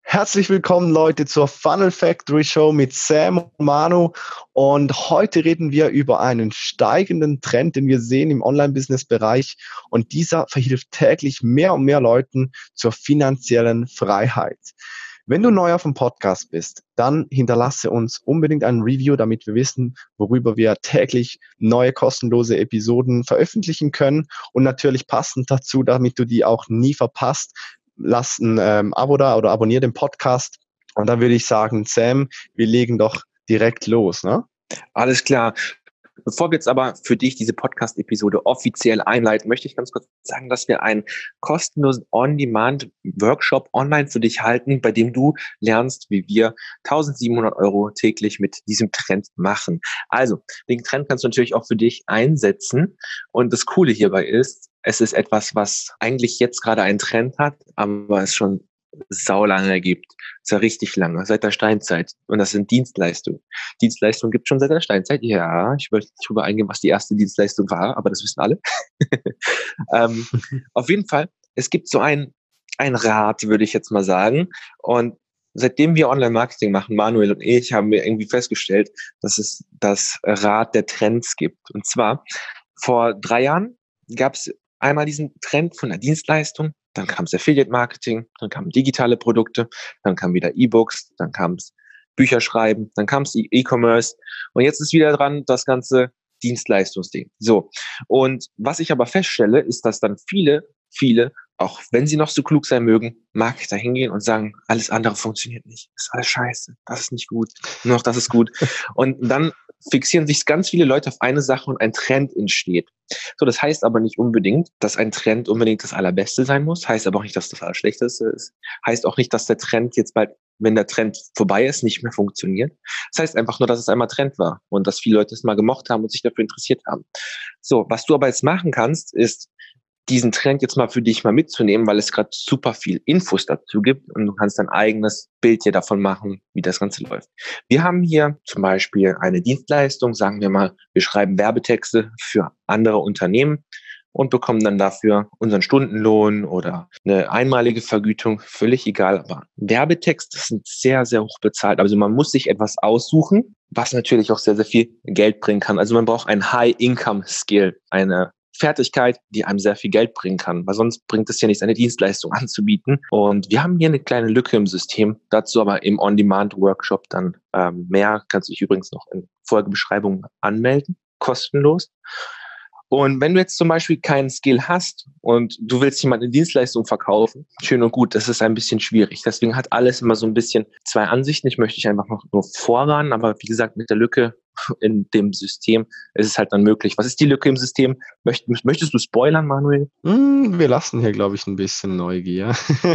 Herzlich willkommen, Leute, zur Funnel Factory Show mit Sam und Manu. Und heute reden wir über einen steigenden Trend, den wir sehen im Online-Business-Bereich. Und dieser verhilft täglich mehr und mehr Leuten zur finanziellen Freiheit. Wenn du neu auf dem Podcast bist, dann hinterlasse uns unbedingt ein Review, damit wir wissen, worüber wir täglich neue kostenlose Episoden veröffentlichen können. Und natürlich passend dazu, damit du die auch nie verpasst, lass ein Abo da oder abonniere den Podcast. Und dann würde ich sagen, Sam, wir legen doch direkt los, ne? Alles klar. Bevor wir jetzt aber für dich diese Podcast-Episode offiziell einleiten, möchte ich ganz kurz sagen, dass wir einen kostenlosen On-Demand-Workshop online für dich halten, bei dem du lernst, wie wir 1.700 € täglich mit diesem Trend machen. Also, den Trend kannst du natürlich auch für dich einsetzen. Und das Coole hierbei ist, es ist etwas, was eigentlich jetzt gerade einen Trend hat, aber es schon saulange gibt. Das ist ja richtig lange, seit der Steinzeit. Und das sind Dienstleistungen. Dienstleistungen gibt es schon seit der Steinzeit. Ja, ich möchte nicht drüber eingehen, was die erste Dienstleistung war, aber das wissen alle. Auf jeden Fall, es gibt so ein Rad, würde ich jetzt mal sagen. Und seitdem wir Online-Marketing machen, Manuel und ich, haben wir irgendwie festgestellt, dass es das Rad der Trends gibt. Und zwar, vor 3 Jahren gab es einmal diesen Trend von der Dienstleistung, dann kam es Affiliate-Marketing, dann kamen digitale Produkte, dann kamen wieder E-Books, dann kam es Bücherschreiben, dann kam es E-Commerce und jetzt ist wieder dran das ganze Dienstleistungsding. So, und was ich aber feststelle, ist, dass dann viele, auch wenn sie noch so klug sein mögen, Marketer hingehen und sagen, alles andere funktioniert nicht, das ist alles scheiße, das ist nicht gut, nur noch das ist gut. Und dann fixieren sich ganz viele Leute auf eine Sache und ein Trend entsteht. So, das heißt aber nicht unbedingt, dass ein Trend unbedingt das Allerbeste sein muss, heißt aber auch nicht, dass das Allerschlechteste ist, heißt auch nicht, dass der Trend jetzt bald, wenn der Trend vorbei ist, nicht mehr funktioniert. Das heißt einfach nur, dass es einmal Trend war und dass viele Leute es mal gemocht haben und sich dafür interessiert haben. So, was du aber jetzt machen kannst, ist, diesen Trend jetzt mal für dich mal mitzunehmen, weil es gerade super viel Infos dazu gibt und du kannst dein eigenes Bild dir davon machen, wie das Ganze läuft. Wir haben hier zum Beispiel eine Dienstleistung, sagen wir mal, wir schreiben Werbetexte für andere Unternehmen und bekommen dann dafür unseren Stundenlohn oder eine einmalige Vergütung, völlig egal. Aber Werbetexte sind sehr, sehr hoch bezahlt. Also man muss sich etwas aussuchen, was natürlich auch sehr, sehr viel Geld bringen kann. Also man braucht ein High-Income-Skill, eine Fertigkeit, die einem sehr viel Geld bringen kann, weil sonst bringt es ja nichts, eine Dienstleistung anzubieten. Und wir haben hier eine kleine Lücke im System, dazu aber im On-Demand-Workshop dann mehr. Kannst du dich übrigens noch in Folgebeschreibung anmelden, kostenlos. Und wenn du jetzt zum Beispiel keinen Skill hast und du willst jemand eine Dienstleistung verkaufen, schön und gut, das ist ein bisschen schwierig. Deswegen hat alles immer so ein bisschen 2 Ansichten. Ich möchte dich einfach noch nur vorwarnen, aber wie gesagt, mit der Lücke in dem System ist es halt dann möglich. Was ist die Lücke im System? Möchtest du spoilern, Manuel? Wir lassen hier, glaube ich, ein bisschen Neugier.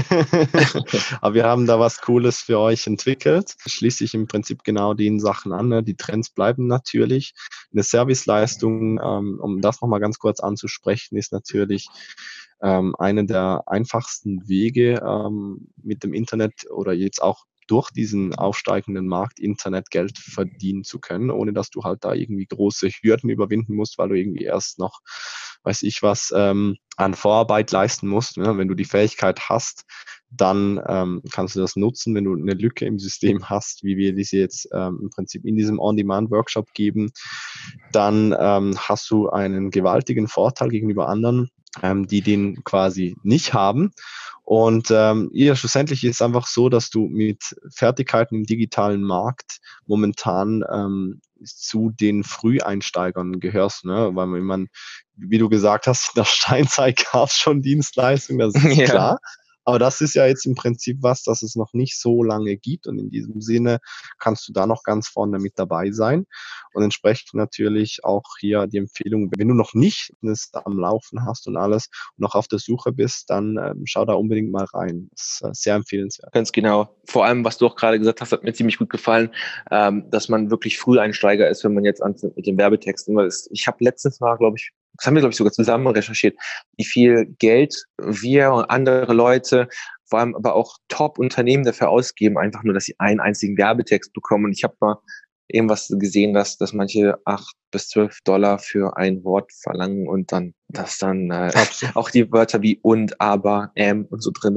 Aber wir haben da was Cooles für euch entwickelt. Schließt sich im Prinzip genau den Sachen an. Ne? Die Trends bleiben natürlich. Eine Serviceleistung, um das nochmal ganz kurz anzusprechen, ist natürlich eine der einfachsten Wege, mit dem Internet oder jetzt auch durch diesen aufsteigenden Markt Internet Geld verdienen zu können, ohne dass du halt da irgendwie große Hürden überwinden musst, weil du irgendwie erst noch, weiß ich was, an Vorarbeit leisten musst. Ne? Wenn du die Fähigkeit hast, dann kannst du das nutzen, wenn du eine Lücke im System hast, wie wir diese jetzt im Prinzip in diesem On-Demand-Workshop geben, dann hast du einen gewaltigen Vorteil gegenüber anderen, die den quasi nicht haben. Und schlussendlich ist es einfach so, dass du mit Fertigkeiten im digitalen Markt momentan zu den Früheinsteigern gehörst, ne? Weil man, wie du gesagt hast, in der Steinzeit gab es schon Dienstleistungen, das ist Ja. klar. Aber das ist ja jetzt im Prinzip was, das es noch nicht so lange gibt. Und in diesem Sinne kannst du da noch ganz vorne mit dabei sein. Und entsprechend natürlich auch hier die Empfehlung, wenn du noch nicht das am Laufen hast und alles und noch auf der Suche bist, dann schau da unbedingt mal rein. Das ist sehr empfehlenswert. Ganz genau. Vor allem, was du auch gerade gesagt hast, hat mir ziemlich gut gefallen, dass man wirklich Früheinsteiger ist, wenn man jetzt anfängt mit den Werbetexten. Ich habe letztens mal, glaube ich, das haben wir, glaube ich, sogar zusammen recherchiert, wie viel Geld wir und andere Leute, vor allem aber auch Top-Unternehmen dafür ausgeben, einfach nur, dass sie einen einzigen Werbetext bekommen. Und ich habe mal irgendwas gesehen, dass manche 8 bis 12 Dollar für ein Wort verlangen und dann, dass dann auch die Wörter wie und, aber, und so drin sind.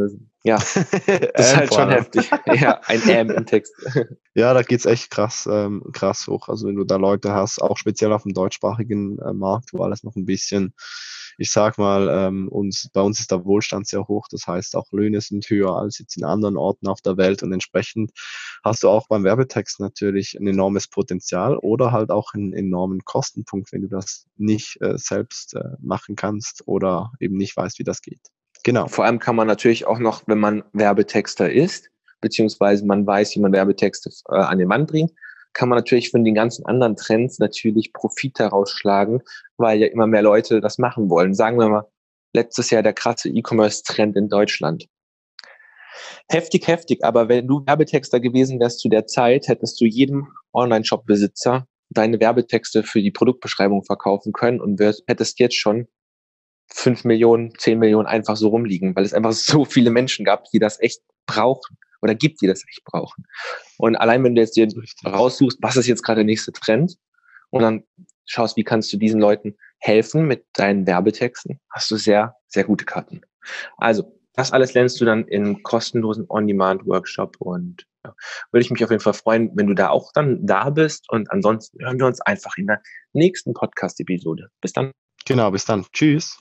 Ja, das ist halt Vor schon allem. heftig. Ja, ein im Text. Ja, da geht's echt krass hoch. Also wenn du da Leute hast, auch speziell auf dem deutschsprachigen Markt, wo alles noch ein bisschen, ich sag mal, bei uns ist der Wohlstand sehr hoch. Das heißt, auch Löhne sind höher als jetzt in anderen Orten auf der Welt und entsprechend hast du auch beim Werbetext natürlich ein enormes Potenzial oder halt auch einen enormen Kostenpunkt, wenn du das nicht selbst machen kannst oder eben nicht weißt, wie das geht. Genau. Vor allem kann man natürlich auch noch, wenn man Werbetexter ist, beziehungsweise man weiß, wie man Werbetexte an den Mann bringt, kann man natürlich von den ganzen anderen Trends natürlich Profit daraus schlagen, weil ja immer mehr Leute das machen wollen. Sagen wir mal, letztes Jahr der krasse E-Commerce-Trend in Deutschland. Heftig, heftig, aber wenn du Werbetexter gewesen wärst zu der Zeit, hättest du jedem Online-Shop-Besitzer deine Werbetexte für die Produktbeschreibung verkaufen können und hättest jetzt schon 5 Millionen, 10 Millionen einfach so rumliegen, weil es einfach so viele Menschen gab, die das echt brauchen oder gibt, die das echt brauchen. Und allein wenn du jetzt dir Richtig. raussuchst, was ist jetzt gerade der nächste Trend und dann schaust, wie kannst du diesen Leuten helfen mit deinen Werbetexten, hast du sehr, sehr gute Karten. Also, das alles lernst du dann im kostenlosen On-Demand-Workshop und ja, würde ich mich auf jeden Fall freuen, wenn du da auch dann da bist und ansonsten hören wir uns einfach in der nächsten Podcast-Episode. Bis dann. Genau, bis dann. Tschüss.